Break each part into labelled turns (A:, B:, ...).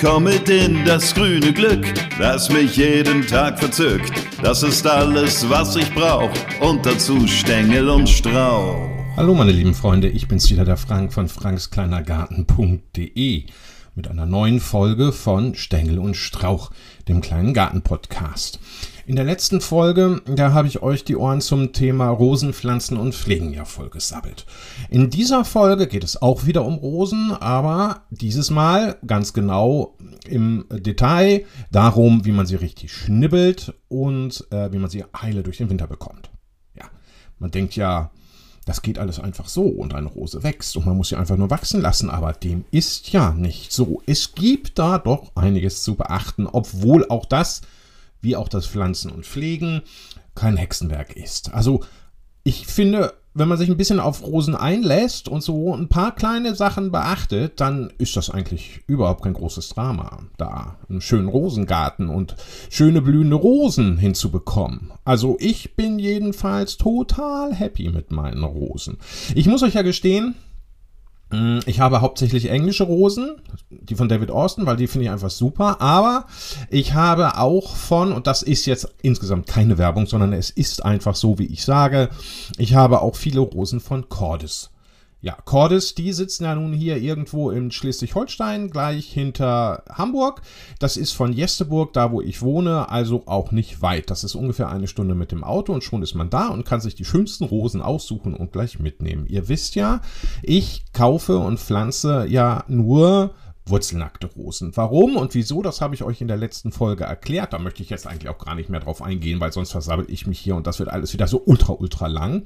A: komm mit in das grüne Glück, das mich jeden Tag verzückt. Das ist alles, was ich brauch, und dazu Stängel und Strauch.
B: Hallo meine lieben Freunde, ich bin's wieder, der Frank von frankskleinergarten.de mit einer neuen Folge von Stängel und Strauch, dem kleinen Garten-Podcast. In der letzten Folge, da habe ich euch die Ohren zum Thema Rosen, Pflanzen und Pflegen ja vollgesabbelt. In dieser Folge geht es auch wieder um Rosen, aber dieses Mal ganz genau im Detail darum, wie man sie richtig schnibbelt und wie man sie heile durch den Winter bekommt. Ja, man denkt ja, das geht alles einfach so und eine Rose wächst und man muss sie einfach nur wachsen lassen, aber dem ist ja nicht so. Es gibt da doch einiges zu beachten, obwohl auch das, wie auch das Pflanzen und Pflegen, kein Hexenwerk ist. Also ich finde, wenn man sich ein bisschen auf Rosen einlässt und so ein paar kleine Sachen beachtet, dann ist das eigentlich überhaupt kein großes Drama, da einen schönen Rosengarten und schöne blühende Rosen hinzubekommen. Also ich bin jedenfalls total happy mit meinen Rosen. Ich muss euch ja gestehen, ich habe hauptsächlich englische Rosen, die von David Austin, weil die finde ich einfach super, aber ich habe auch und das ist jetzt insgesamt keine Werbung, sondern es ist einfach so, wie ich sage, ich habe auch viele Rosen von Cordes. Ja, Cordes, die sitzen ja nun hier irgendwo in Schleswig-Holstein, gleich hinter Hamburg. Das ist von Jesteburg, da wo ich wohne, also auch nicht weit. Das ist ungefähr 1 Stunde mit dem Auto und schon ist man da und kann sich die schönsten Rosen aussuchen und gleich mitnehmen. Ihr wisst ja, ich kaufe und pflanze ja nur wurzelnackte Rosen. Warum und wieso, das habe ich euch in der letzten Folge erklärt. Da möchte ich jetzt eigentlich auch gar nicht mehr drauf eingehen, weil sonst versabbel ich mich hier und das wird alles wieder so ultra lang.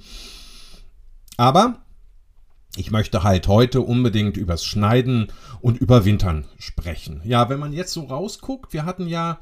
B: Aber ich möchte halt heute unbedingt übers Schneiden und Überwintern sprechen. Ja, wenn man jetzt so rausguckt, wir hatten ja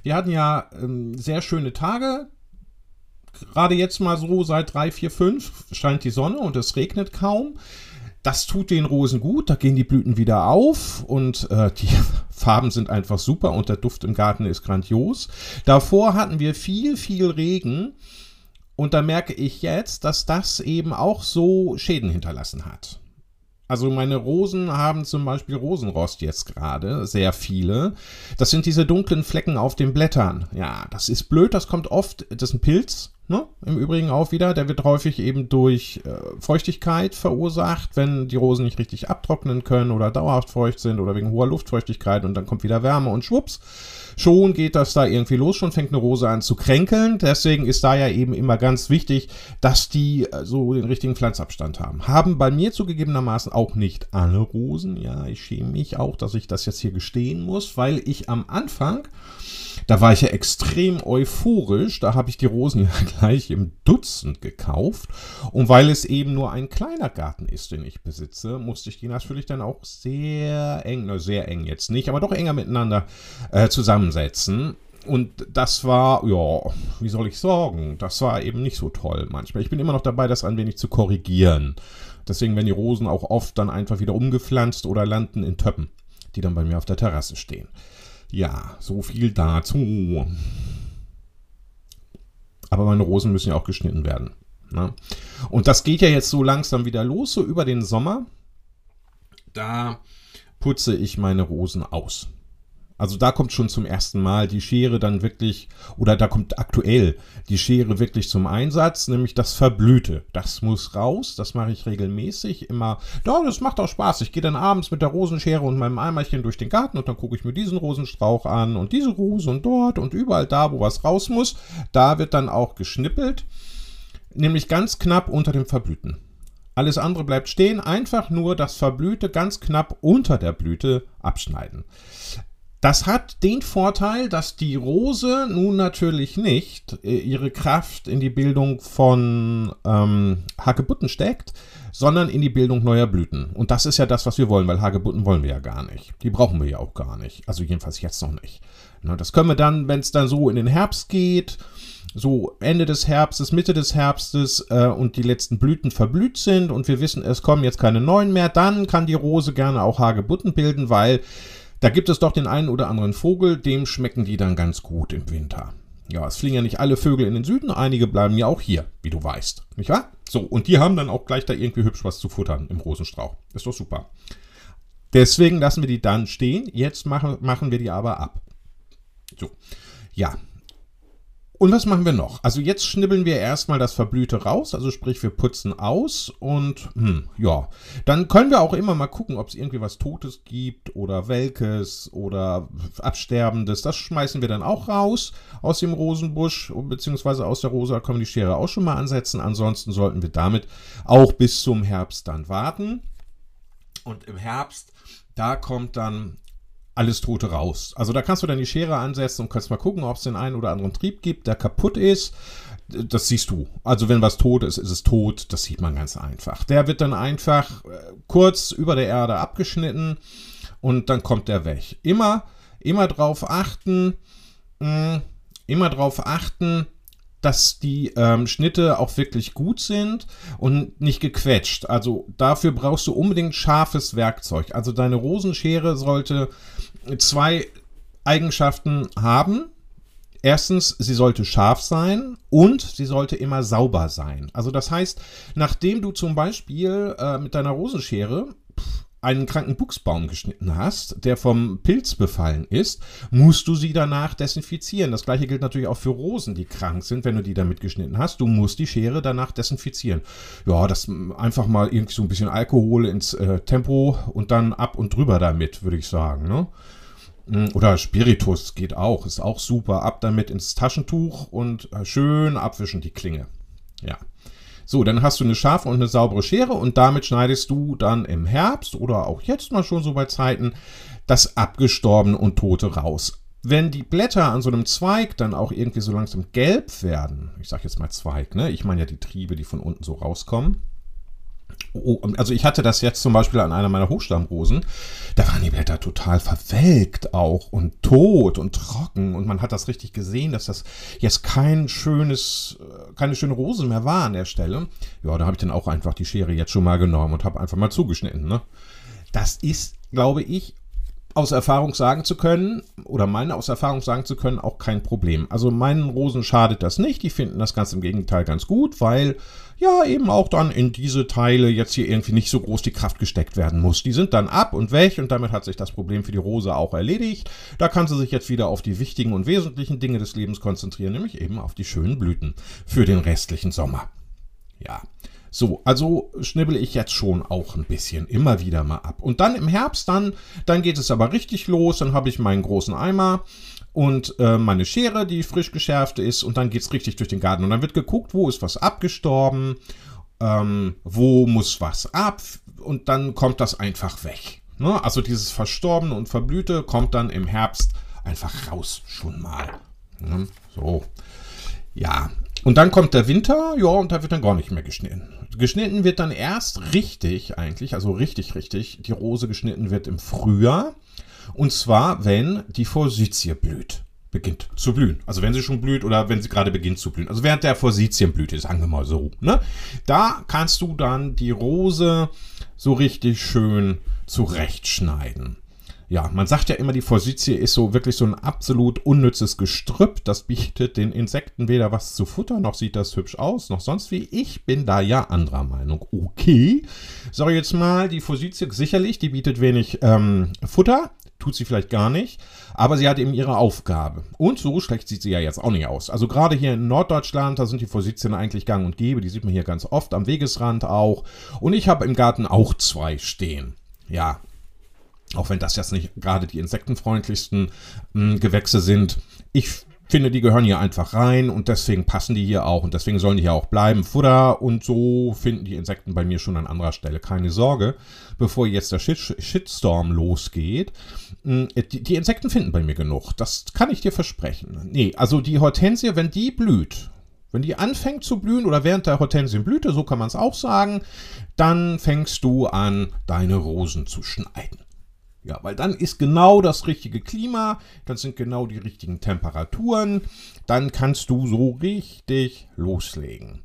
B: sehr schöne Tage. Gerade jetzt mal so seit 3, 4, 5 scheint die Sonne und es regnet kaum. Das tut den Rosen gut, da gehen die Blüten wieder auf und die Farben sind einfach super und der Duft im Garten ist grandios. Davor hatten wir viel Regen. Und da merke ich jetzt, dass das eben auch so Schäden hinterlassen hat. Also meine Rosen haben zum Beispiel Rosenrost jetzt gerade, sehr viele. Das sind diese dunklen Flecken auf den Blättern. Ja, das ist blöd, das kommt oft, das ist ein Pilz, ne? Im Übrigen auch wieder. Der wird häufig eben durch Feuchtigkeit verursacht, wenn die Rosen nicht richtig abtrocknen können oder dauerhaft feucht sind oder wegen hoher Luftfeuchtigkeit und dann kommt wieder Wärme und schwupps. Schon geht das da irgendwie los, schon fängt eine Rose an zu kränkeln. Deswegen ist da ja eben immer ganz wichtig, dass die so den richtigen Pflanzabstand haben. Haben bei mir zugegebenermaßen auch nicht alle Rosen. Ja, ich schäme mich auch, dass ich das jetzt hier gestehen muss, weil ich am Anfang, da war ich ja extrem euphorisch, da habe ich die Rosen ja gleich im Dutzend gekauft. Und weil es eben nur ein kleiner Garten ist, den ich besitze, musste ich die natürlich dann auch sehr eng jetzt nicht, aber doch enger miteinander zusammensetzen. Und das war, ja, wie soll ich sagen, das war eben nicht so toll manchmal. Ich bin immer noch dabei, das ein wenig zu korrigieren. Deswegen werden die Rosen auch oft dann einfach wieder umgepflanzt oder landen in Töppen, die dann bei mir auf der Terrasse stehen. Ja, so viel dazu. Aber meine Rosen müssen ja auch geschnitten werden, ne? Und das geht ja jetzt so langsam wieder los, so über den Sommer. Da putze ich meine Rosen aus. Also da kommt schon zum ersten Mal die Schere dann wirklich, oder da kommt aktuell die Schere wirklich zum Einsatz, nämlich das Verblühte. Das muss raus, das mache ich regelmäßig immer. Ja, das macht auch Spaß. Ich gehe dann abends mit der Rosenschere und meinem Eimerchen durch den Garten und dann gucke ich mir diesen Rosenstrauch an und diese Rose und dort und überall da, wo was raus muss. Da wird dann auch geschnippelt, nämlich ganz knapp unter dem Verblühten. Alles andere bleibt stehen, einfach nur das Verblühte ganz knapp unter der Blüte abschneiden. Das hat den Vorteil, dass die Rose nun natürlich nicht ihre Kraft in die Bildung von Hagebutten steckt, sondern in die Bildung neuer Blüten. Und das ist ja das, was wir wollen, weil Hagebutten wollen wir ja gar nicht. Die brauchen wir ja auch gar nicht. Also jedenfalls jetzt noch nicht. Na, das können wir dann, wenn es dann so in den Herbst geht, so Ende des Herbstes, Mitte des Herbstes und die letzten Blüten verblüht sind und wir wissen, es kommen jetzt keine neuen mehr, dann kann die Rose gerne auch Hagebutten bilden, weil da gibt es doch den einen oder anderen Vogel, dem schmecken die dann ganz gut im Winter. Ja, es fliegen ja nicht alle Vögel in den Süden, einige bleiben ja auch hier, wie du weißt, nicht wahr? So, und die haben dann auch gleich da irgendwie hübsch was zu futtern im Rosenstrauch. Ist doch super. Deswegen lassen wir die dann stehen. Jetzt machen wir die aber ab. So, ja. Und was machen wir noch? Also jetzt schnibbeln wir erstmal das Verblühte raus, also sprich wir putzen aus und ja, dann können wir auch immer mal gucken, ob es irgendwie was Totes gibt oder Welkes oder Absterbendes. Das schmeißen wir dann auch raus aus dem Rosenbusch beziehungsweise aus der Rose, da können wir die Schere auch schon mal ansetzen. Ansonsten sollten wir damit auch bis zum Herbst dann warten. Und im Herbst, da kommt dann alles Tote raus. Also da kannst du dann die Schere ansetzen und kannst mal gucken, ob es den einen oder anderen Trieb gibt, der kaputt ist. Das siehst du. Also wenn was tot ist, ist es tot. Das sieht man ganz einfach. Der wird dann einfach kurz über der Erde abgeschnitten und dann kommt der weg. Immer drauf achten, dass die Schnitte auch wirklich gut sind und nicht gequetscht. Also dafür brauchst du unbedingt scharfes Werkzeug. Also deine Rosenschere sollte 2 Eigenschaften haben. Erstens, sie sollte scharf sein und sie sollte immer sauber sein. Also das heißt, nachdem du zum Beispiel mit deiner Rosenschere einen kranken Buchsbaum geschnitten hast, der vom Pilz befallen ist, musst du sie danach desinfizieren. Das gleiche gilt natürlich auch für Rosen, die krank sind, wenn du die damit geschnitten hast. Du musst die Schere danach desinfizieren. Ja, das einfach mal irgendwie so ein bisschen Alkohol ins Tempo und dann ab und drüber damit, würde ich sagen, ne? Oder Spiritus geht auch, ist auch super. Ab damit ins Taschentuch und schön abwischen die Klinge. Ja. So, dann hast du eine scharfe und eine saubere Schere und damit schneidest du dann im Herbst oder auch jetzt mal schon so bei Zeiten das Abgestorbene und Tote raus. Wenn die Blätter an so einem Zweig dann auch irgendwie so langsam gelb werden, ich sage jetzt mal Zweig, ne? Ich meine ja die Triebe, die von unten so rauskommen. Also ich hatte das jetzt zum Beispiel an einer meiner Hochstammrosen, da waren die Blätter total verwelkt auch und tot und trocken und man hat das richtig gesehen, dass das jetzt keine schöne Rose mehr war an der Stelle. Ja, da habe ich dann auch einfach die Schere jetzt schon mal genommen und habe einfach mal zugeschnitten, ne? Das ist, glaube ich, aus Erfahrung sagen zu können, oder meine aus Erfahrung sagen zu können, auch kein Problem. Also meinen Rosen schadet das nicht, die finden das ganz im Gegenteil ganz gut, weil ja eben auch dann in diese Teile jetzt hier irgendwie nicht so groß die Kraft gesteckt werden muss. Die sind dann ab und weg und damit hat sich das Problem für die Rose auch erledigt. Da kann sie sich jetzt wieder auf die wichtigen und wesentlichen Dinge des Lebens konzentrieren, nämlich eben auf die schönen Blüten für den restlichen Sommer. Ja. So, also schnibbel ich jetzt schon auch ein bisschen, immer wieder mal ab. Und dann im Herbst, dann geht es aber richtig los. Dann habe ich meinen großen Eimer und meine Schere, die frisch geschärft ist. Und dann geht es richtig durch den Garten. Und dann wird geguckt, wo ist was abgestorben, wo muss was ab. Und dann kommt das einfach weg. Ne? Also dieses Verstorbene und Verblühte kommt dann im Herbst einfach raus schon mal. Ne? So, ja. Und dann kommt der Winter, ja, und da wird dann gar nicht mehr geschnitten. Geschnitten wird dann erst richtig eigentlich, also richtig, die Rose geschnitten wird im Frühjahr. Und zwar, wenn die Forsythie beginnt zu blühen. Also wenn sie schon blüht oder wenn sie gerade beginnt zu blühen. Also während der Forsythienblüte, sagen wir mal so, ne? Da kannst du dann die Rose so richtig schön zurechtschneiden. Ja, man sagt ja immer, die Forsythie ist so wirklich so ein absolut unnützes Gestrüpp. Das bietet den Insekten weder was zu futtern, noch sieht das hübsch aus, noch sonst wie. Ich bin da ja anderer Meinung. Okay, sag ich jetzt mal, die Forsythie sicherlich, die bietet wenig Futter, tut sie vielleicht gar nicht, aber sie hat eben ihre Aufgabe. Und so schlecht sieht sie ja jetzt auch nicht aus. Also gerade hier in Norddeutschland, da sind die Forsythien eigentlich gang und gäbe. Die sieht man hier ganz oft, am Wegesrand auch. Und ich habe im Garten auch 2 stehen. Ja, auch wenn das jetzt nicht gerade die insektenfreundlichsten Gewächse sind. Ich finde, die gehören hier einfach rein und deswegen passen die hier auch und deswegen sollen die hier auch bleiben. Futter und so finden die Insekten bei mir schon an anderer Stelle. Keine Sorge, bevor jetzt der Shitstorm losgeht. Die Insekten finden bei mir genug. Das kann ich dir versprechen. Nee, also die Hortensie, wenn die blüht, wenn die anfängt zu blühen oder während der Hortensienblüte, so kann man es auch sagen, dann fängst du an, deine Rosen zu schneiden. Ja, weil dann ist genau das richtige Klima, dann sind genau die richtigen Temperaturen, dann kannst du so richtig loslegen.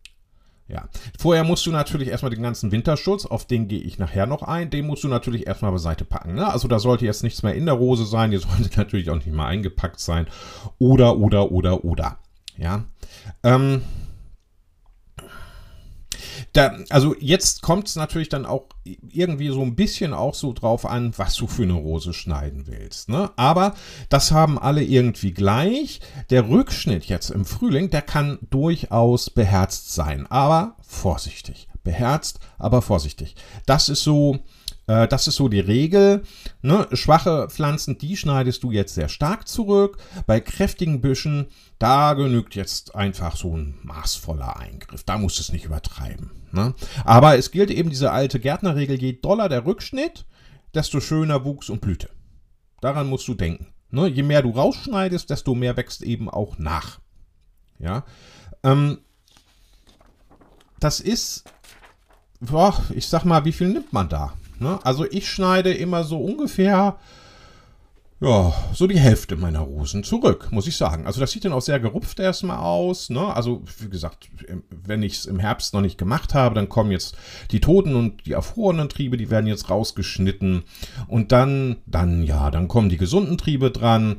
B: Ja, vorher musst du natürlich erstmal den ganzen Winterschutz, auf den gehe ich nachher noch ein, den musst du natürlich erstmal beiseite packen. Ne? Also da sollte jetzt nichts mehr in der Rose sein, die sollte natürlich auch nicht mal eingepackt sein. Oder. Ja. Also jetzt kommt es natürlich dann auch irgendwie so ein bisschen auch so drauf an, was du für eine Rose schneiden willst. Ne? Aber das haben alle irgendwie gleich. Der Rückschnitt jetzt im Frühling, der kann durchaus beherzt sein, aber vorsichtig. Beherzt, aber vorsichtig. Das ist so die Regel. Ne? Schwache Pflanzen, die schneidest du jetzt sehr stark zurück. Bei kräftigen Büschen, da genügt jetzt einfach so ein maßvoller Eingriff. Da musst du es nicht übertreiben. Ne? Aber es gilt eben diese alte Gärtnerregel, je doller der Rückschnitt, desto schöner Wuchs und Blüte. Daran musst du denken. Ne? Je mehr du rausschneidest, desto mehr wächst eben auch nach. Ja? Das ist, ich sag mal, wie viel nimmt man da? Ne? Also ich schneide immer so ungefähr, so die Hälfte meiner Rosen zurück, muss ich sagen. Also das sieht dann auch sehr gerupft erstmal aus. Ne? Also wie gesagt, wenn ich es im Herbst noch nicht gemacht habe, dann kommen jetzt die toten und die erfrorenen Triebe, die werden jetzt rausgeschnitten. Und dann kommen die gesunden Triebe dran.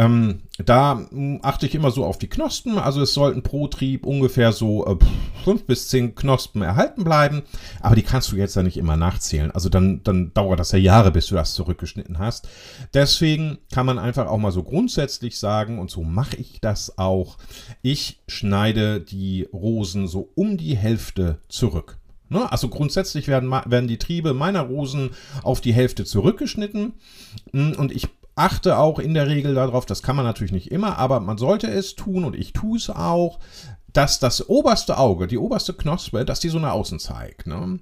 B: Da achte ich immer so auf die Knospen. Also es sollten pro Trieb ungefähr so 5 bis 10 Knospen erhalten bleiben. Aber die kannst du jetzt ja nicht immer nachzählen. Also dann dauert das ja Jahre, bis du das zurückgeschnitten hast. Deswegen kann man einfach auch mal so grundsätzlich sagen, und so mache ich das auch, ich schneide die Rosen so um die Hälfte zurück. Ne? Also grundsätzlich werden die Triebe meiner Rosen auf die Hälfte zurückgeschnitten und ich achte auch in der Regel darauf, das kann man natürlich nicht immer, aber man sollte es tun und ich tue es auch, dass das oberste Auge, die oberste Knospe, dass die so nach außen zeigt. Ne?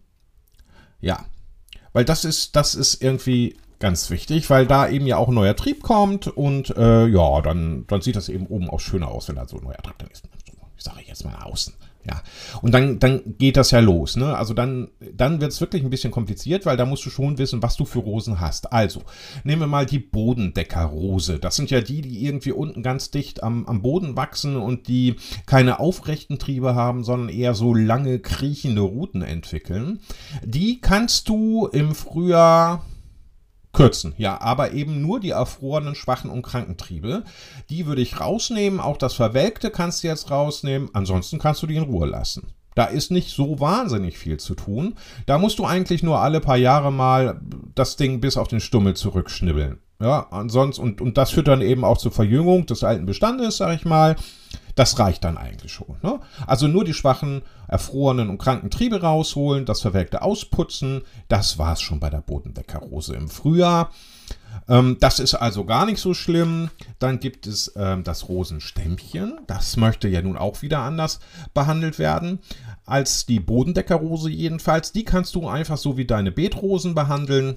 B: Ja, weil das ist irgendwie ganz wichtig, weil da eben ja auch ein neuer Trieb kommt und dann sieht das eben oben auch schöner aus, wenn da so ein neuer Trieb dann ist. So, ich sage jetzt mal außen. Ja, und dann geht das ja los. Ne? Also dann wird es wirklich ein bisschen kompliziert, weil da musst du schon wissen, was du für Rosen hast. Also, nehmen wir mal die Bodendeckerrose. Das sind ja die irgendwie unten ganz dicht am Boden wachsen und die keine aufrechten Triebe haben, sondern eher so lange kriechende Ruten entwickeln. Die kannst du im Frühjahr kürzen, ja, aber eben nur die erfrorenen, schwachen und kranken Triebe. Die würde ich rausnehmen, auch das Verwelkte kannst du jetzt rausnehmen, ansonsten kannst du die in Ruhe lassen. Da ist nicht so wahnsinnig viel zu tun. Da musst du eigentlich nur alle paar Jahre mal das Ding bis auf den Stummel zurückschnibbeln. Ja, ansonsten, und das führt dann eben auch zur Verjüngung des alten Bestandes, sag ich mal. Das reicht dann eigentlich schon. Ne? Also nur die schwachen, erfrorenen und kranken Triebe rausholen, das Verwelkte ausputzen. Das war es schon bei der Bodendeckerrose im Frühjahr. Das ist also gar nicht so schlimm. Dann gibt es das Rosenstämmchen. Das möchte ja nun auch wieder anders behandelt werden als die Bodendeckerrose jedenfalls. Die kannst du einfach so wie deine Beetrosen behandeln.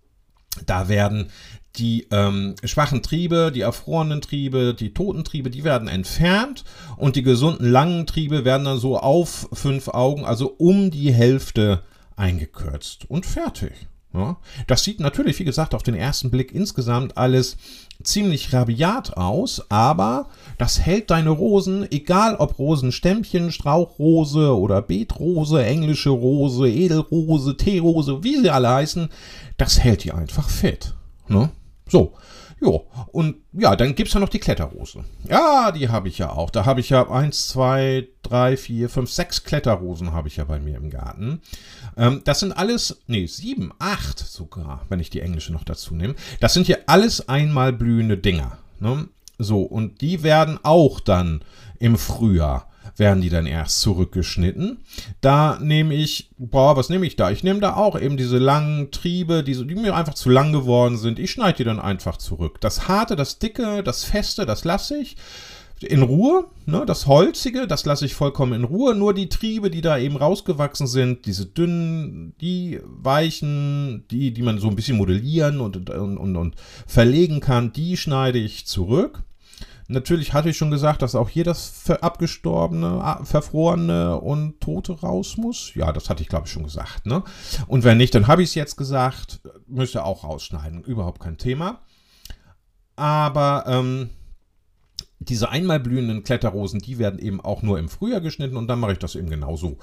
B: Da werden die schwachen Triebe, die erfrorenen Triebe, die toten Triebe, die werden entfernt und die gesunden langen Triebe werden dann so auf 5 Augen, also um die Hälfte eingekürzt und fertig. Ja. Das sieht natürlich, wie gesagt, auf den ersten Blick insgesamt alles ziemlich rabiat aus, aber das hält deine Rosen, egal ob Rosenstämmchen, Strauchrose oder Beetrose, englische Rose, Edelrose, Teerose, wie sie alle heißen, das hält die einfach fit. Ne? So, jo, und ja, dann gibt es ja noch die Kletterrose. Ja, die habe ich ja auch. Da habe ich ja 1, 2, 3, 4, 5, 6 Kletterrosen habe ich ja bei mir im Garten. Das sind alles, 7, 8 sogar, wenn ich die englische noch dazu nehme. Das sind hier alles einmal blühende Dinger. Ne? So, und die werden auch dann im Frühjahr werden die dann erst zurückgeschnitten. Da nehme ich, was nehme ich da? Ich nehme da auch eben diese langen Triebe, die mir einfach zu lang geworden sind. Ich schneide die dann einfach zurück. Das Harte, das Dicke, das Feste, das lasse ich in Ruhe. Ne? Das Holzige, das lasse ich vollkommen in Ruhe. Nur die Triebe, die da eben rausgewachsen sind, diese dünnen, die weichen, die man so ein bisschen modellieren und verlegen kann, die schneide ich zurück. Natürlich hatte ich schon gesagt, dass auch hier das abgestorbene, verfrorene und tote raus muss. Ja, das hatte ich, glaube ich, schon gesagt. Ne? Und wenn nicht, dann habe ich es jetzt gesagt. Müsst ihr auch rausschneiden. Überhaupt kein Thema. Aber Diese einmal blühenden Kletterrosen, die werden eben auch nur im Frühjahr geschnitten und dann mache ich das eben genauso,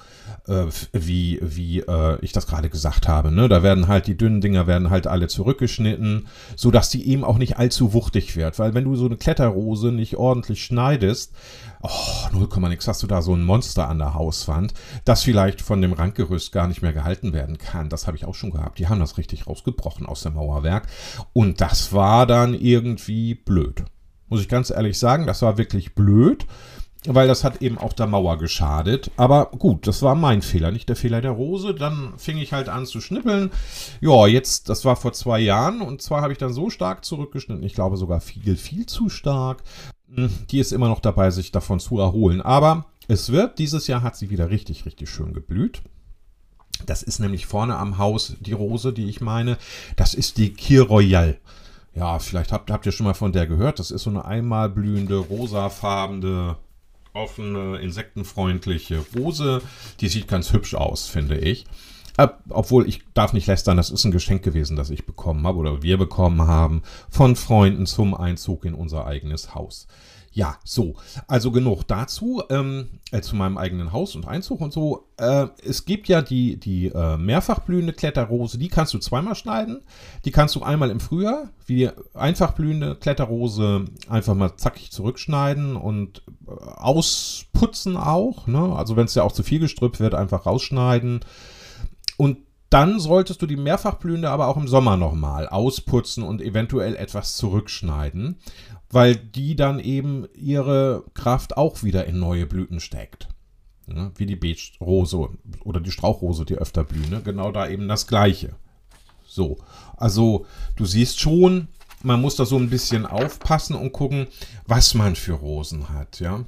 B: wie ich das gerade gesagt habe. Ne? Da werden halt die dünnen Dinger werden halt alle zurückgeschnitten, sodass die eben auch nicht allzu wuchtig wird. Weil wenn du so eine Kletterrose nicht ordentlich schneidest, 0, nix, hast du da so ein Monster an der Hauswand, das vielleicht von dem Randgerüst gar nicht mehr gehalten werden kann. Das habe ich auch schon gehabt. Die haben das richtig rausgebrochen aus dem Mauerwerk und das war dann irgendwie blöd. Muss ich ganz ehrlich sagen, das war wirklich blöd, weil das hat eben auch der Mauer geschadet. Aber gut, das war mein Fehler, nicht der Fehler der Rose. Dann fing ich halt an zu schnippeln. Ja, jetzt, das war vor 2 Jahren und zwar habe ich dann so stark zurückgeschnitten, ich glaube sogar viel, viel zu stark. Die ist immer noch dabei, sich davon zu erholen. Aber dieses Jahr hat sie wieder richtig, richtig schön geblüht. Das ist nämlich vorne am Haus die Rose, die ich meine. Das ist die Kir Royale. Ja, vielleicht habt ihr schon mal von der gehört. Das ist so eine einmal blühende, rosafarbene, offene, insektenfreundliche Rose. Die sieht ganz hübsch aus, finde ich. Obwohl, ich darf nicht lästern, das ist ein Geschenk gewesen, das ich bekommen habe oder wir bekommen haben von Freunden zum Einzug in unser eigenes Haus. Ja, so, also genug dazu, zu meinem eigenen Haus und Einzug und so. Es gibt ja die mehrfach blühende Kletterrose, die kannst du zweimal schneiden. Die kannst du einmal im Frühjahr, wie die einfach blühende Kletterrose, einfach mal zackig zurückschneiden und ausputzen auch. Ne? Also wenn es ja auch zu viel Gestrüpp wird, einfach rausschneiden. Und dann solltest du die mehrfachblühende aber auch im Sommer nochmal ausputzen und eventuell etwas zurückschneiden, weil die dann eben ihre Kraft auch wieder in neue Blüten steckt. Ja, wie die Beetrose oder die Strauchrose, die öfter blühen. Ne? Genau da eben das Gleiche. So, also du siehst schon, man muss da so ein bisschen aufpassen und gucken, was man für Rosen hat, ja.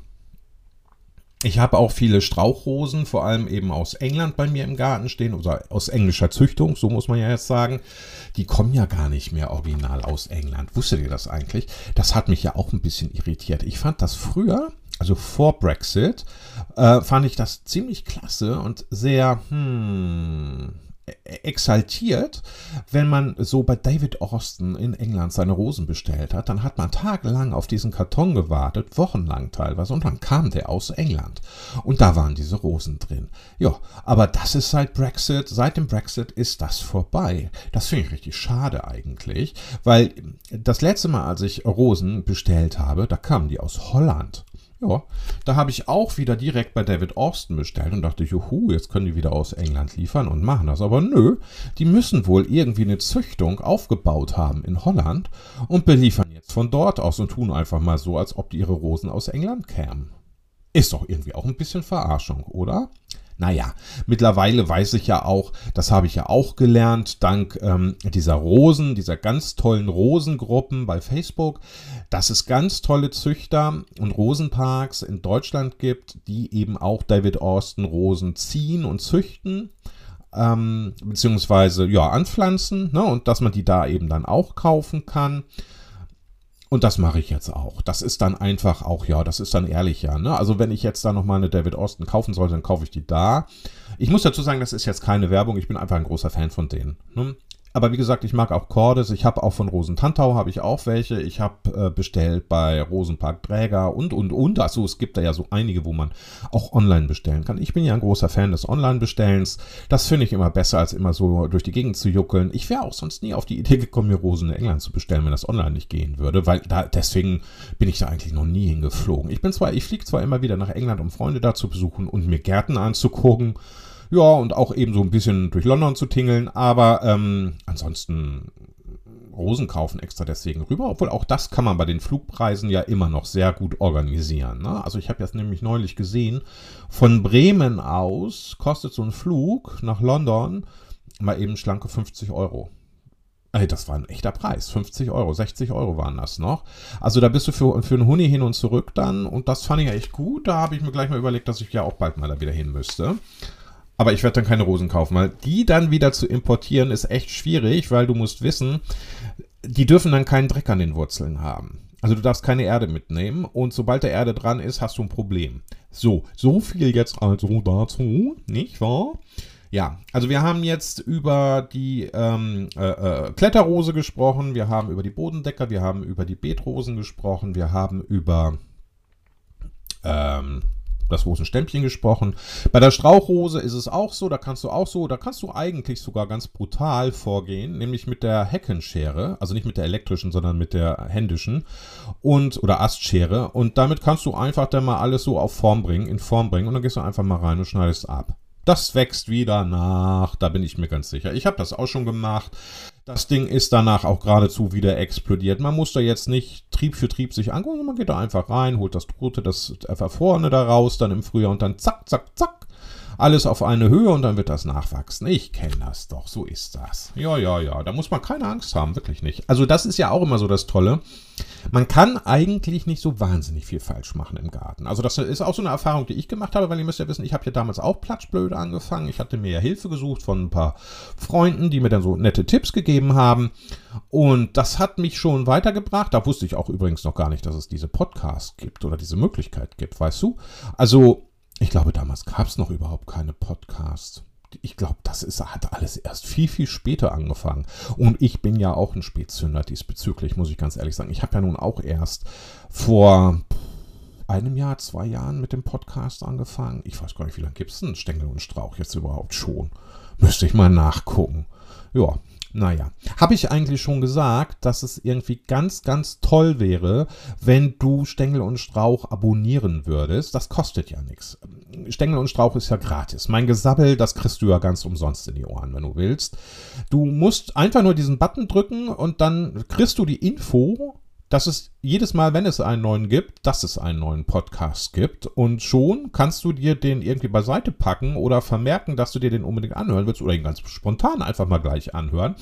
B: Ich habe auch viele Strauchrosen, vor allem eben aus England bei mir im Garten stehen, oder aus englischer Züchtung, so muss man ja jetzt sagen. Die kommen ja gar nicht mehr original aus England. Wusstet ihr das eigentlich? Das hat mich ja auch ein bisschen irritiert. Ich fand das früher, also vor Brexit, fand ich das ziemlich klasse und sehr exaltiert, wenn man so bei David Austin in England seine Rosen bestellt hat, dann hat man tagelang auf diesen Karton gewartet, wochenlang teilweise, und dann kam der aus England und da waren diese Rosen drin. Ja, aber das ist seit dem Brexit ist das vorbei. Das finde ich richtig schade eigentlich, weil das letzte Mal, als ich Rosen bestellt habe, da kamen die aus Holland. Ja, da habe ich auch wieder direkt bei David Austin bestellt und dachte, juhu, jetzt können die wieder aus England liefern und machen das. Aber nö, die müssen wohl irgendwie eine Züchtung aufgebaut haben in Holland und beliefern jetzt von dort aus und tun einfach mal so, als ob die ihre Rosen aus England kämen. Ist doch irgendwie auch ein bisschen Verarschung, oder? Naja, mittlerweile weiß ich ja auch, das habe ich ja auch gelernt, dank dieser ganz tollen Rosengruppen bei Facebook, dass es ganz tolle Züchter und Rosenparks in Deutschland gibt, die eben auch David Austin Rosen ziehen und züchten, beziehungsweise ja, anpflanzen, ne, und dass man die da eben dann auch kaufen kann. Und das mache ich jetzt auch. Das ist dann einfach auch, ja, das ist dann ehrlich, ja. Ne? Also wenn ich jetzt da nochmal eine David Austin kaufen sollte, dann kaufe ich die da. Ich muss dazu sagen, das ist jetzt keine Werbung. Ich bin einfach ein großer Fan von denen. Ne? Aber wie gesagt, ich mag auch Cordes. Ich habe auch von Rosentantau habe ich auch welche. Ich habe bestellt bei Rosenpark Dräger und. Achso, es gibt da ja so einige, wo man auch online bestellen kann. Ich bin ja ein großer Fan des Online-Bestellens. Das finde ich immer besser, als immer so durch die Gegend zu juckeln. Ich wäre auch sonst nie auf die Idee gekommen, mir Rosen in England zu bestellen, wenn das online nicht gehen würde, weil deswegen bin ich da eigentlich noch nie hingeflogen. Ich fliege zwar immer wieder nach England, um Freunde da zu besuchen und mir Gärten anzugucken. Ja, und auch eben so ein bisschen durch London zu tingeln, aber ansonsten Rosen kaufen extra deswegen rüber, obwohl auch das kann man bei den Flugpreisen ja immer noch sehr gut organisieren. Ne? Also ich habe jetzt nämlich neulich gesehen, von Bremen aus kostet so ein Flug nach London mal eben schlanke 50 Euro. Ey, das war ein echter Preis, 50 Euro, 60 Euro waren das noch. Also da bist du für einen Huni hin und zurück dann und das fand ich ja echt gut. Da habe ich mir gleich mal überlegt, dass ich ja auch bald mal da wieder hin müsste. Aber ich werde dann keine Rosen kaufen, weil die dann wieder zu importieren ist echt schwierig, weil du musst wissen, die dürfen dann keinen Dreck an den Wurzeln haben. Also du darfst keine Erde mitnehmen und sobald der Erde dran ist, hast du ein Problem. So viel jetzt also dazu, nicht wahr? Ja, also wir haben jetzt über die Kletterrose gesprochen, wir haben über die Bodendecker, wir haben über die Beetrosen gesprochen, wir haben über das Rosenstämmchen gesprochen. Bei der Strauchrose ist es auch so, da kannst du eigentlich sogar ganz brutal vorgehen, nämlich mit der Heckenschere, also nicht mit der elektrischen, sondern mit der händischen oder Astschere, und damit kannst du einfach dann mal alles so in Form bringen und dann gehst du einfach mal rein und schneidest ab. Das wächst wieder nach, da bin ich mir ganz sicher. Ich habe das auch schon gemacht. Das Ding ist danach auch geradezu wieder explodiert. Man muss da jetzt nicht Trieb für Trieb sich angucken, man geht da einfach rein, holt das Gute, das Verfrorene da raus, dann im Frühjahr und dann zack, zack, zack. Alles auf eine Höhe und dann wird das nachwachsen. Ich kenne das doch, so ist das. Ja, da muss man keine Angst haben, wirklich nicht. Also das ist ja auch immer so das Tolle. Man kann eigentlich nicht so wahnsinnig viel falsch machen im Garten. Also das ist auch so eine Erfahrung, die ich gemacht habe, weil ihr müsst ja wissen, ich habe ja damals auch platschblöde angefangen. Ich hatte mir ja Hilfe gesucht von ein paar Freunden, die mir dann so nette Tipps gegeben haben. Und das hat mich schon weitergebracht. Da wusste ich auch übrigens noch gar nicht, dass es diese Podcasts gibt oder diese Möglichkeit gibt, weißt du? Also ich glaube, damals gab es noch überhaupt keine Podcasts. Ich glaube, hat alles erst viel, viel später angefangen. Und ich bin ja auch ein Spätzünder diesbezüglich, muss ich ganz ehrlich sagen. Ich habe ja nun auch erst vor einem Jahr, 2 Jahren mit dem Podcast angefangen. Ich weiß gar nicht, wie lange gibt es denn Stängel und Strauch jetzt überhaupt schon? Müsste ich mal nachgucken. Ja. Naja, habe ich eigentlich schon gesagt, dass es irgendwie ganz, ganz toll wäre, wenn du Stängel und Strauch abonnieren würdest. Das kostet ja nichts. Stängel und Strauch ist ja gratis. Mein Gesabbel, das kriegst du ja ganz umsonst in die Ohren, wenn du willst. Du musst einfach nur diesen Button drücken und dann kriegst du die Info, dass es jedes Mal, wenn es einen neuen gibt, dass es einen neuen Podcast gibt. Und schon kannst du dir den irgendwie beiseite packen oder vermerken, dass du dir den unbedingt anhören willst oder ihn ganz spontan einfach mal gleich anhören.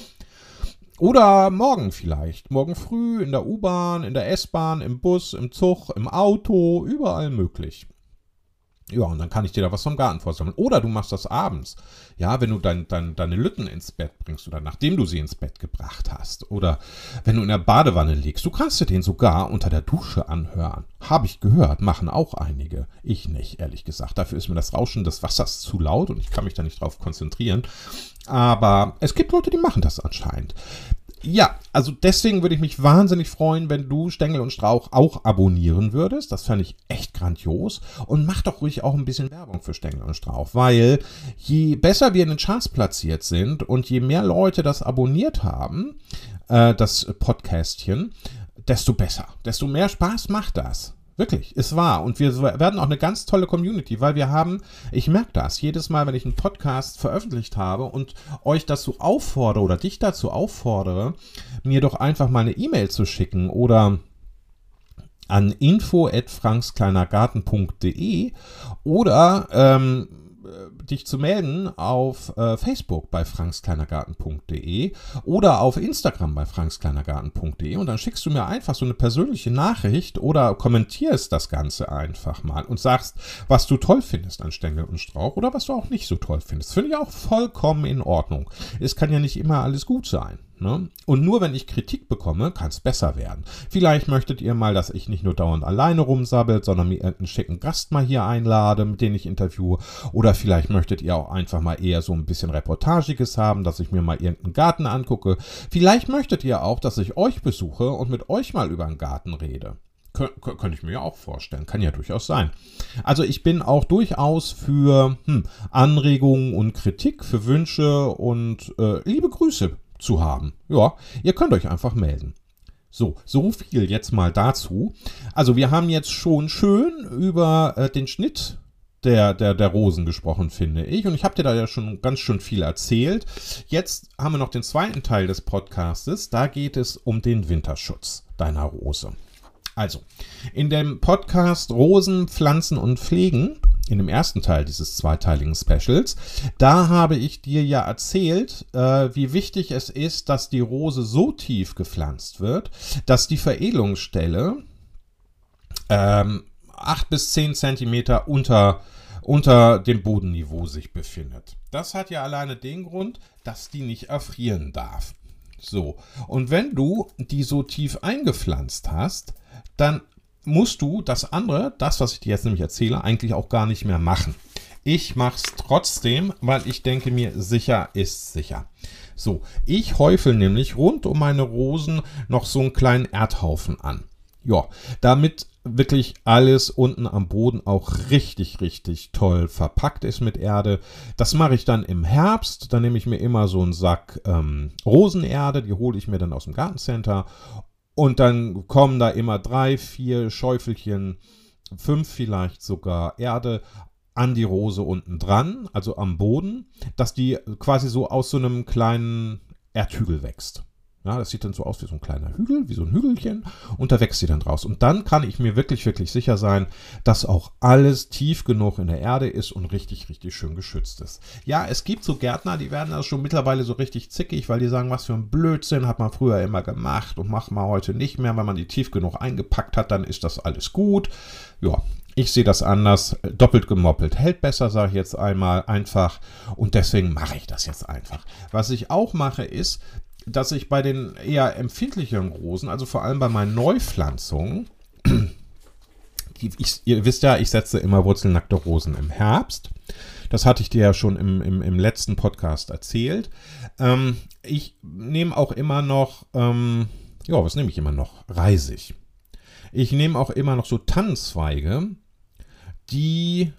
B: Oder morgen vielleicht. Morgen früh in der U-Bahn, in der S-Bahn, im Bus, im Zug, im Auto, überall möglich. Ja, und dann kann ich dir da was vom Garten vorsammeln. Oder du machst das abends. Ja, wenn du deine Lütten ins Bett bringst oder nachdem du sie ins Bett gebracht hast. Oder wenn du in der Badewanne liegst. Du kannst dir den sogar unter der Dusche anhören. Habe ich gehört, machen auch einige. Ich nicht, ehrlich gesagt. Dafür ist mir das Rauschen des Wassers zu laut und ich kann mich da nicht drauf konzentrieren. Aber es gibt Leute, die machen das anscheinend. Ja, also deswegen würde ich mich wahnsinnig freuen, wenn du Stängel und Strauch auch abonnieren würdest. Das fände ich echt grandios. Und mach doch ruhig auch ein bisschen Werbung für Stängel und Strauch, weil je besser wir in den Charts platziert sind und je mehr Leute das abonniert haben, das Podcastchen, desto besser. Desto mehr Spaß macht das. Wirklich, ist wahr. Und wir werden auch eine ganz tolle Community, weil wir haben, ich merke das, jedes Mal, wenn ich einen Podcast veröffentlicht habe und euch dazu auffordere oder dich dazu auffordere, mir doch einfach mal eine E-Mail zu schicken oder an info@frankskleinergarten.de oder dich zu melden auf Facebook bei frankskleinergarten.de oder auf Instagram bei frankskleinergarten.de und dann schickst du mir einfach so eine persönliche Nachricht oder kommentierst das Ganze einfach mal und sagst, was du toll findest an Stängel und Strauch oder was du auch nicht so toll findest. Finde ich auch vollkommen in Ordnung. Es kann ja nicht immer alles gut sein. Ne? Und nur wenn ich Kritik bekomme, kann es besser werden. Vielleicht möchtet ihr mal, dass ich nicht nur dauernd alleine rumsabbelt, sondern mir einen schicken Gast mal hier einlade, mit dem ich interviewe. Oder vielleicht möchtet ihr auch einfach mal eher so ein bisschen Reportagiges haben, dass ich mir mal irgendeinen Garten angucke. Vielleicht möchtet ihr auch, dass ich euch besuche und mit euch mal über einen Garten rede. Könnte ich mir ja auch vorstellen. Kann ja durchaus sein. Also ich bin auch durchaus für Anregungen und Kritik, für Wünsche und liebe Grüße zu haben. Ja, ihr könnt euch einfach melden. So viel jetzt mal dazu. Also wir haben jetzt schon schön über den Schnitt der Rosen gesprochen, finde ich. Und ich habe dir da ja schon ganz schön viel erzählt. Jetzt haben wir noch den zweiten Teil des Podcastes. Da geht es um den Winterschutz deiner Rose. Also, in dem Podcast Rosen, Pflanzen und Pflegen, in dem ersten Teil dieses zweiteiligen Specials, da habe ich dir ja erzählt, wie wichtig es ist, dass die Rose so tief gepflanzt wird, dass die Veredelungsstelle 8 bis 10 Zentimeter unter dem Bodenniveau sich befindet. Das hat ja alleine den Grund, dass die nicht erfrieren darf. So, und wenn du die so tief eingepflanzt hast, dann musst du das andere, das, was ich dir jetzt nämlich erzähle, eigentlich auch gar nicht mehr machen. Ich mache es trotzdem, weil ich denke mir, sicher ist sicher. So, ich häufel nämlich rund um meine Rosen noch so einen kleinen Erdhaufen an. Ja, damit wirklich alles unten am Boden auch richtig, richtig toll verpackt ist mit Erde. Das mache ich dann im Herbst. Dann nehme ich mir immer so einen Sack Rosenerde, die hole ich mir dann aus dem Gartencenter. Und dann kommen da immer 3, 4 Schäufelchen, 5 vielleicht sogar Erde an die Rose unten dran, also am Boden, dass die quasi so aus so einem kleinen Erdhügel wächst. Ja, das sieht dann so aus wie so ein kleiner Hügel, wie so ein Hügelchen, und da wächst sie dann draus. Und dann kann ich mir wirklich, wirklich sicher sein, dass auch alles tief genug in der Erde ist und richtig, richtig schön geschützt ist. Ja, es gibt so Gärtner, die werden da schon mittlerweile so richtig zickig, weil die sagen, was für ein Blödsinn hat man früher immer gemacht und macht man heute nicht mehr. Wenn man die tief genug eingepackt hat, dann ist das alles gut. Ja, ich sehe das anders, doppelt gemoppelt hält besser, sage ich jetzt einmal einfach, und deswegen mache ich das jetzt einfach. Was ich auch mache ist, dass ich bei den eher empfindlicheren Rosen, also vor allem bei meinen Neupflanzungen, ihr wisst ja, ich setze immer wurzelnackte Rosen im Herbst. Das hatte ich dir ja schon im letzten Podcast erzählt. Ich nehme auch immer noch, was nehme ich immer noch? Reisig. Ich nehme auch immer noch so Tannenzweige, die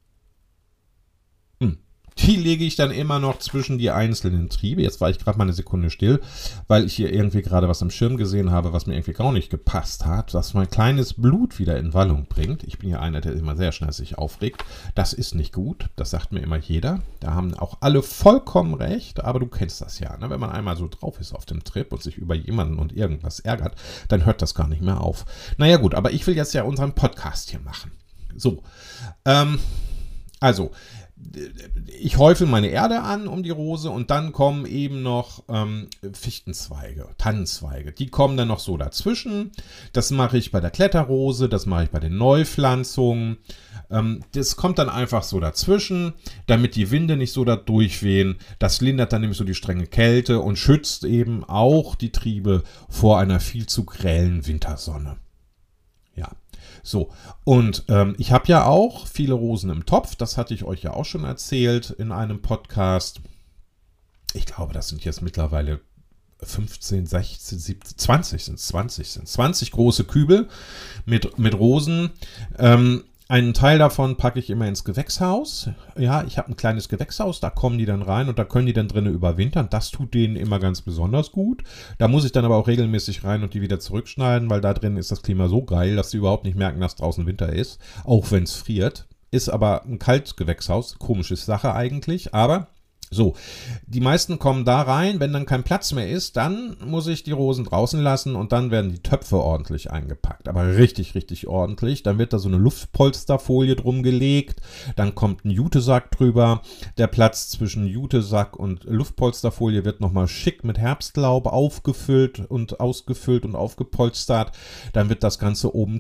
B: lege ich dann immer noch zwischen die einzelnen Triebe. Jetzt war ich gerade mal eine Sekunde still, weil ich hier irgendwie gerade was am Schirm gesehen habe, was mir irgendwie gar nicht gepasst hat, was mein kleines Blut wieder in Wallung bringt. Ich bin ja einer, der immer sehr schnell sich aufregt. Das ist nicht gut, das sagt mir immer jeder. Da haben auch alle vollkommen recht, aber du kennst das ja. Ne? Wenn man einmal so drauf ist auf dem Trip und sich über jemanden und irgendwas ärgert, dann hört das gar nicht mehr auf. Naja gut, aber ich will jetzt ja unseren Podcast hier machen. So, ich häufel meine Erde an um die Rose und dann kommen eben noch Fichtenzweige, Tannenzweige. Die kommen dann noch so dazwischen. Das mache ich bei der Kletterrose, das mache ich bei den Neupflanzungen. Das kommt dann einfach so dazwischen, damit die Winde nicht so da durchwehen. Das lindert dann nämlich so die strenge Kälte und schützt eben auch die Triebe vor einer viel zu grellen Wintersonne. Ja. So, und ich habe ja auch viele Rosen im Topf, das hatte ich euch ja auch schon erzählt in einem Podcast. Ich glaube, das sind jetzt mittlerweile 15, 16, 17, 20 große Kübel mit Rosen. Einen Teil davon packe ich immer ins Gewächshaus. Ja, ich habe ein kleines Gewächshaus, da kommen die dann rein und da können die dann drinnen überwintern. Das tut denen immer ganz besonders gut. Da muss ich dann aber auch regelmäßig rein und die wieder zurückschneiden, weil da drin ist das Klima so geil, dass sie überhaupt nicht merken, dass draußen Winter ist, auch wenn es friert. Ist aber ein Kaltgewächshaus, komische Sache eigentlich, aber so, die meisten kommen da rein, wenn dann kein Platz mehr ist, dann muss ich die Rosen draußen lassen und dann werden die Töpfe ordentlich eingepackt, aber richtig, richtig ordentlich. Dann wird da so eine Luftpolsterfolie drum gelegt, dann kommt ein Jutesack drüber, der Platz zwischen Jutesack und Luftpolsterfolie wird nochmal schick mit Herbstlaub aufgefüllt und ausgefüllt und aufgepolstert, dann wird das Ganze oben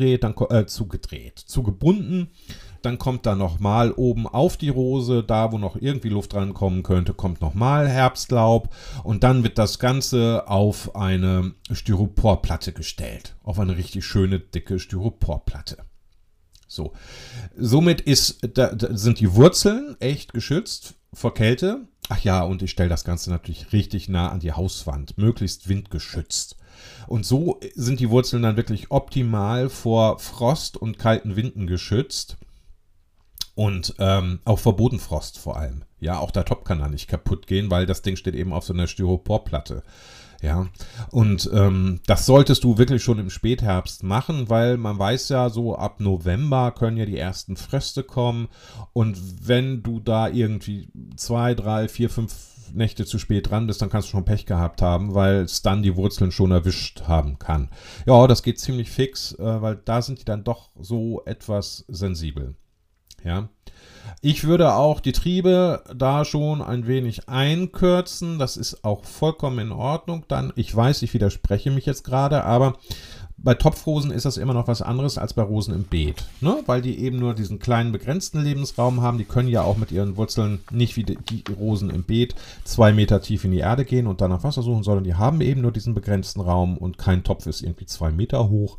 B: zugebunden. Dann kommt da nochmal oben auf die Rose, da wo noch irgendwie Luft rankommen könnte, kommt nochmal Herbstlaub und dann wird das Ganze auf eine Styroporplatte gestellt. Auf eine richtig schöne, dicke Styroporplatte. So, somit sind die Wurzeln echt geschützt vor Kälte. Ach ja, und ich stelle das Ganze natürlich richtig nah an die Hauswand, möglichst windgeschützt. Und so sind die Wurzeln dann wirklich optimal vor Frost und kalten Winden geschützt. Und auch vor Bodenfrost vor allem. Ja, auch der Top kann da nicht kaputt gehen, weil das Ding steht eben auf so einer Styroporplatte. Ja, und das solltest du wirklich schon im Spätherbst machen, weil man weiß ja, so ab November können ja die ersten Fröste kommen. Und wenn du da irgendwie 2, 3, 4, 5 Nächte zu spät dran bist, dann kannst du schon Pech gehabt haben, weil es dann die Wurzeln schon erwischt haben kann. Ja, das geht ziemlich fix, weil da sind die dann doch so etwas sensibel. Ja, ich würde auch die Triebe da schon ein wenig einkürzen. Das ist auch vollkommen in Ordnung. Dann, ich weiß, ich widerspreche mich jetzt gerade, aber bei Topfrosen ist das immer noch was anderes als bei Rosen im Beet, ne? Weil die eben nur diesen kleinen begrenzten Lebensraum haben. Die können ja auch mit ihren Wurzeln nicht wie die Rosen im Beet 2 Meter tief in die Erde gehen und danach Wasser suchen, sondern die haben eben nur diesen begrenzten Raum und kein Topf ist irgendwie 2 Meter hoch.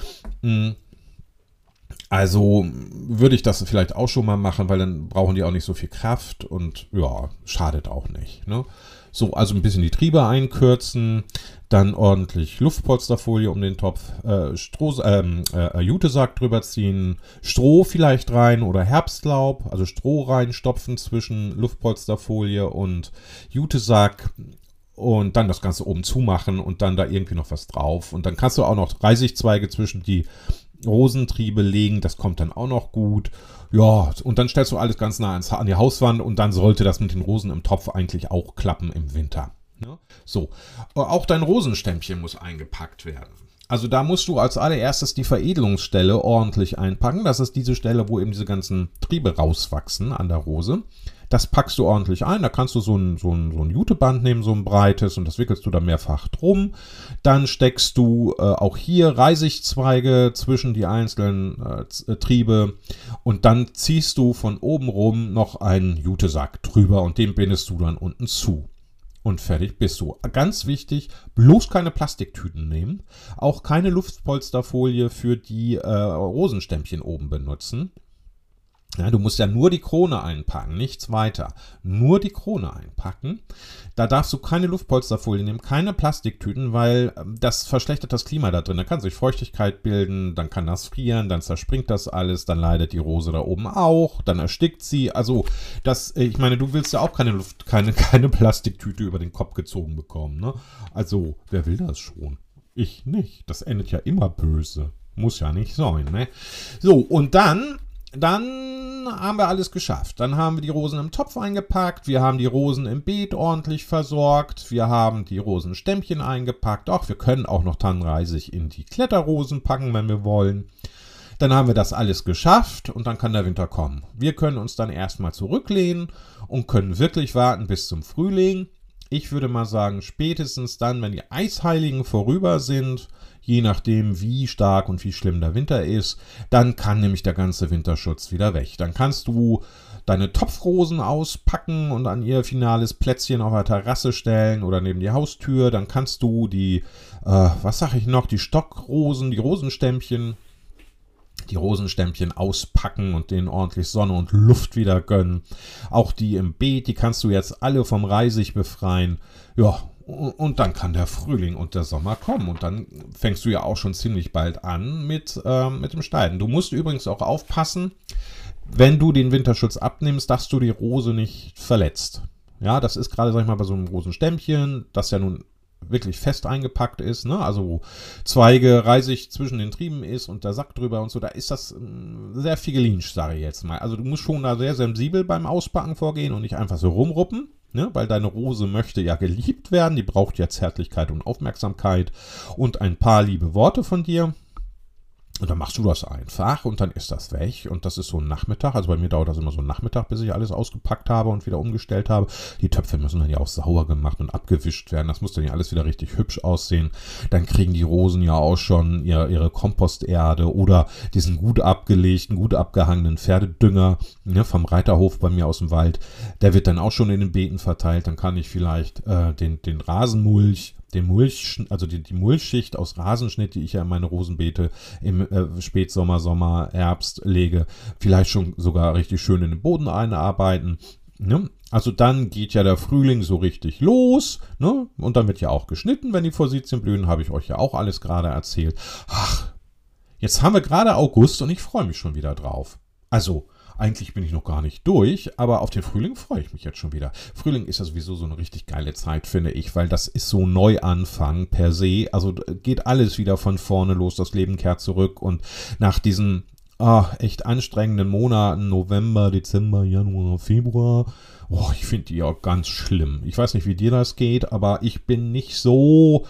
B: Also würde ich das vielleicht auch schon mal machen, weil dann brauchen die auch nicht so viel Kraft und ja, schadet auch nicht. Ne? So, also ein bisschen die Triebe einkürzen, dann ordentlich Luftpolsterfolie um den Topf, Jutesack drüber ziehen, Stroh vielleicht rein oder Herbstlaub, also Stroh reinstopfen zwischen Luftpolsterfolie und Jutesack und dann das Ganze oben zumachen und dann da irgendwie noch was drauf. Und dann kannst du auch noch Reisigzweige zwischen die Rosentriebe legen, das kommt dann auch noch gut. Ja, und dann stellst du alles ganz nah an die Hauswand und dann sollte das mit den Rosen im Topf eigentlich auch klappen im Winter. Ja? So, auch dein Rosenstämmchen muss eingepackt werden. Also da musst du als allererstes die Veredelungsstelle ordentlich einpacken. Das ist diese Stelle, wo eben diese ganzen Triebe rauswachsen an der Rose. Das packst du ordentlich ein. Da kannst du so ein Juteband nehmen, so ein breites, und das wickelst du da mehrfach drum. Dann steckst du auch hier Reisigzweige zwischen die einzelnen Triebe und dann ziehst du von oben rum noch einen Jutesack drüber und den bindest du dann unten zu. Und fertig bist du. Ganz wichtig, bloß keine Plastiktüten nehmen, auch keine Luftpolsterfolie für die Rosenstämmchen oben benutzen. Ja, du musst ja nur die Krone einpacken, nichts weiter. Nur die Krone einpacken. Da darfst du keine Luftpolsterfolie nehmen, keine Plastiktüten, weil das verschlechtert das Klima da drin. Da kann sich Feuchtigkeit bilden, dann kann das frieren, dann zerspringt das alles, dann leidet die Rose da oben auch, dann erstickt sie. Also, ich meine, du willst ja auch keine Plastiktüte über den Kopf gezogen bekommen, ne? Also, wer will das schon? Ich nicht. Das endet ja immer böse. Muss ja nicht sein, ne? So, und dann haben wir alles geschafft. Dann haben wir die Rosen im Topf eingepackt, wir haben die Rosen im Beet ordentlich versorgt, wir haben die Rosenstämmchen eingepackt. Ach, wir können auch noch Tannenreisig in die Kletterrosen packen, wenn wir wollen. Dann haben wir das alles geschafft und dann kann der Winter kommen. Wir können uns dann erstmal zurücklehnen und können wirklich warten bis zum Frühling. Ich würde mal sagen, spätestens dann, wenn die Eisheiligen vorüber sind, je nachdem, wie stark und wie schlimm der Winter ist, dann kann nämlich der ganze Winterschutz wieder weg. Dann kannst du deine Topfrosen auspacken und an ihr finales Plätzchen auf der Terrasse stellen oder neben die Haustür. Dann kannst du die Stockrosen, die Rosenstämmchen auspacken und denen ordentlich Sonne und Luft wieder gönnen. Auch die im Beet, die kannst du jetzt alle vom Reisig befreien. Ja, und dann kann der Frühling und der Sommer kommen. Und dann fängst du ja auch schon ziemlich bald an mit dem Schneiden. Du musst übrigens auch aufpassen, wenn du den Winterschutz abnimmst, dass du die Rose nicht verletzt. Ja, das ist gerade, sag ich mal, bei so einem Rosenstämmchen, das ja nun wirklich fest eingepackt ist, ne? Also wo Zweige, Reisig zwischen den Trieben ist und der Sack drüber und so, da ist das sehr figelisch, sage ich jetzt mal. Also du musst schon da sehr sensibel beim Auspacken vorgehen und nicht einfach so rumruppen, ne? Weil deine Rose möchte ja geliebt werden, die braucht ja Zärtlichkeit und Aufmerksamkeit und ein paar liebe Worte von dir. Und dann machst du das einfach und dann ist das weg. Und das ist so ein Nachmittag. Also bei mir dauert das immer so ein Nachmittag, bis ich alles ausgepackt habe und wieder umgestellt habe. Die Töpfe müssen dann ja auch sauber gemacht und abgewischt werden. Das muss dann ja alles wieder richtig hübsch aussehen. Dann kriegen die Rosen ja auch schon ihre Komposterde oder diesen gut abgelegten, gut abgehangenen Pferdedünger, ne, vom Reiterhof bei mir aus dem Wald. Der wird dann auch schon in den Beeten verteilt. Dann kann ich vielleicht den Rasenmulch, die Mulchschicht aus Rasenschnitt, die ich ja in meine Rosenbeete im Spätsommer, Herbst lege, vielleicht schon sogar richtig schön in den Boden einarbeiten. Ne? Also dann geht ja der Frühling so richtig los, ne? Und dann wird ja auch geschnitten, wenn die Forsythien blühen, habe ich euch ja auch alles gerade erzählt. Ach, jetzt haben wir gerade August und ich freue mich schon wieder drauf. Also, eigentlich bin ich noch gar nicht durch, aber auf den Frühling freue ich mich jetzt schon wieder. Frühling ist ja sowieso so eine richtig geile Zeit, finde ich, weil das ist so Neuanfang per se. Also geht alles wieder von vorne los, das Leben kehrt zurück und nach diesen echt anstrengenden Monaten, November, Dezember, Januar, Februar, ich finde die auch ganz schlimm. Ich weiß nicht, wie dir das geht, aber ich bin nicht so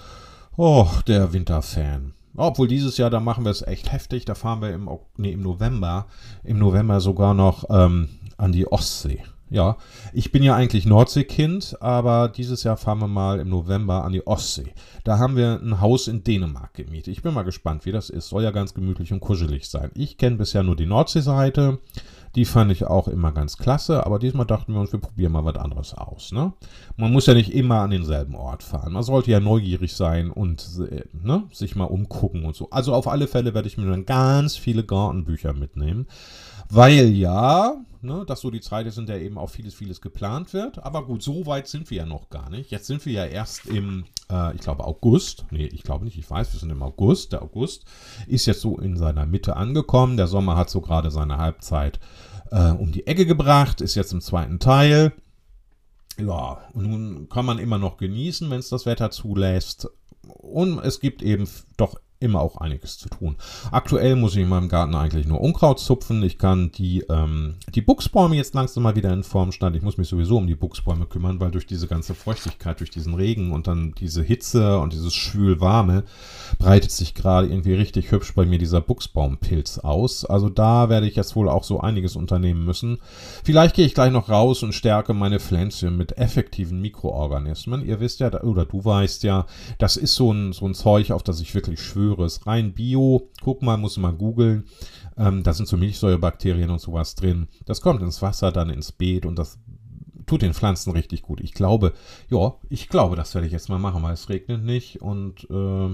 B: der Winterfan. Obwohl dieses Jahr, da machen wir es echt heftig, da fahren wir im November sogar noch an die Ostsee. Ja, ich bin ja eigentlich Nordseekind, aber dieses Jahr fahren wir mal im November an die Ostsee. Da haben wir ein Haus in Dänemark gemietet. Ich bin mal gespannt, wie das ist. Soll ja ganz gemütlich und kuschelig sein. Ich kenne bisher nur die Nordseeseite. Die fand ich auch immer ganz klasse, aber diesmal dachten wir uns, wir probieren mal was anderes aus. Ne? Man muss ja nicht immer an denselben Ort fahren. Man sollte ja neugierig sein und sich mal umgucken und so. Also auf alle Fälle werde ich mir dann ganz viele Gartenbücher mitnehmen, weil ja, ne, dass so die Zeit ist, in der eben auch vieles geplant wird. Aber gut, so weit sind wir ja noch gar nicht. Jetzt sind wir ja erst im, ich glaube August. Nee, ich glaube nicht, ich weiß, wir sind im August. Der August ist jetzt so in seiner Mitte angekommen. Der Sommer hat so gerade seine Halbzeit um die Ecke gebracht, ist jetzt im zweiten Teil. Ja, und nun kann man immer noch genießen, wenn es das Wetter zulässt. Und es gibt eben doch immer auch einiges zu tun. Aktuell muss ich in meinem Garten eigentlich nur Unkraut zupfen. Ich kann die Buchsbäume jetzt langsam mal wieder in Form stellen. Ich muss mich sowieso um die Buchsbäume kümmern, weil durch diese ganze Feuchtigkeit, durch diesen Regen und dann diese Hitze und dieses Schwülwarme breitet sich gerade irgendwie richtig hübsch bei mir dieser Buchsbaumpilz aus. Also da werde ich jetzt wohl auch so einiges unternehmen müssen. Vielleicht gehe ich gleich noch raus und stärke meine Pflänzchen mit effektiven Mikroorganismen. Ihr wisst ja, oder du weißt ja, das ist so ein Zeug, auf das ich wirklich schwöre. Ist rein Bio. Guck mal, muss man googeln. Da sind so Milchsäurebakterien und sowas drin. Das kommt ins Wasser, dann ins Beet und das tut den Pflanzen richtig gut. Ich glaube, das werde ich jetzt mal machen, weil es regnet nicht und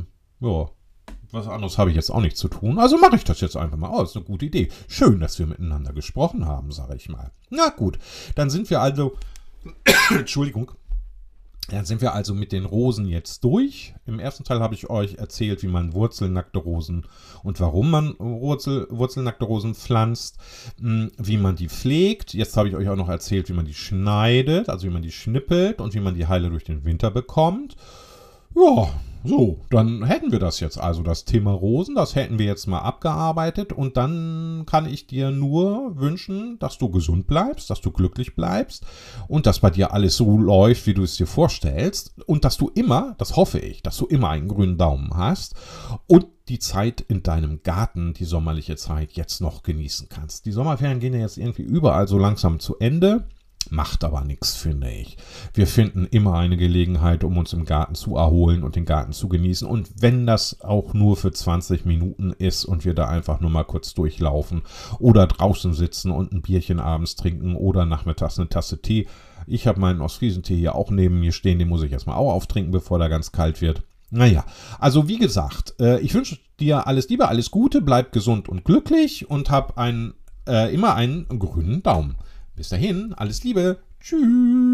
B: was anderes habe ich jetzt auch nicht zu tun. Also mache ich das jetzt einfach mal. Oh, ist eine gute Idee. Schön, dass wir miteinander gesprochen haben, sage ich mal. Na gut, dann sind wir also Entschuldigung. Dann sind wir also mit den Rosen jetzt durch. Im ersten Teil habe ich euch erzählt, wie man wurzelnackte Rosen und warum man wurzelnackte Rosen pflanzt, wie man die pflegt. Jetzt habe ich euch auch noch erzählt, wie man die schneidet, also wie man die schnippelt und wie man die heile durch den Winter bekommt. Ja, so, dann hätten wir das jetzt also, das Thema Rosen, das hätten wir jetzt mal abgearbeitet und dann kann ich dir nur wünschen, dass du gesund bleibst, dass du glücklich bleibst und dass bei dir alles so läuft, wie du es dir vorstellst und dass du immer, das hoffe ich, dass du immer einen grünen Daumen hast und die Zeit in deinem Garten, die sommerliche Zeit, jetzt noch genießen kannst. Die Sommerferien gehen ja jetzt irgendwie überall so langsam zu Ende. Macht aber nichts, finde ich. Wir finden immer eine Gelegenheit, um uns im Garten zu erholen und den Garten zu genießen. Und wenn das auch nur für 20 Minuten ist und wir da einfach nur mal kurz durchlaufen oder draußen sitzen und ein Bierchen abends trinken oder nachmittags eine Tasse Tee. Ich habe meinen Ostfriesentee hier auch neben mir stehen, den muss ich erstmal auch auftrinken, bevor der ganz kalt wird. Naja, also wie gesagt, ich wünsche dir alles Liebe, alles Gute, bleib gesund und glücklich und hab immer einen grünen Daumen. Bis dahin, alles Liebe. Tschüss.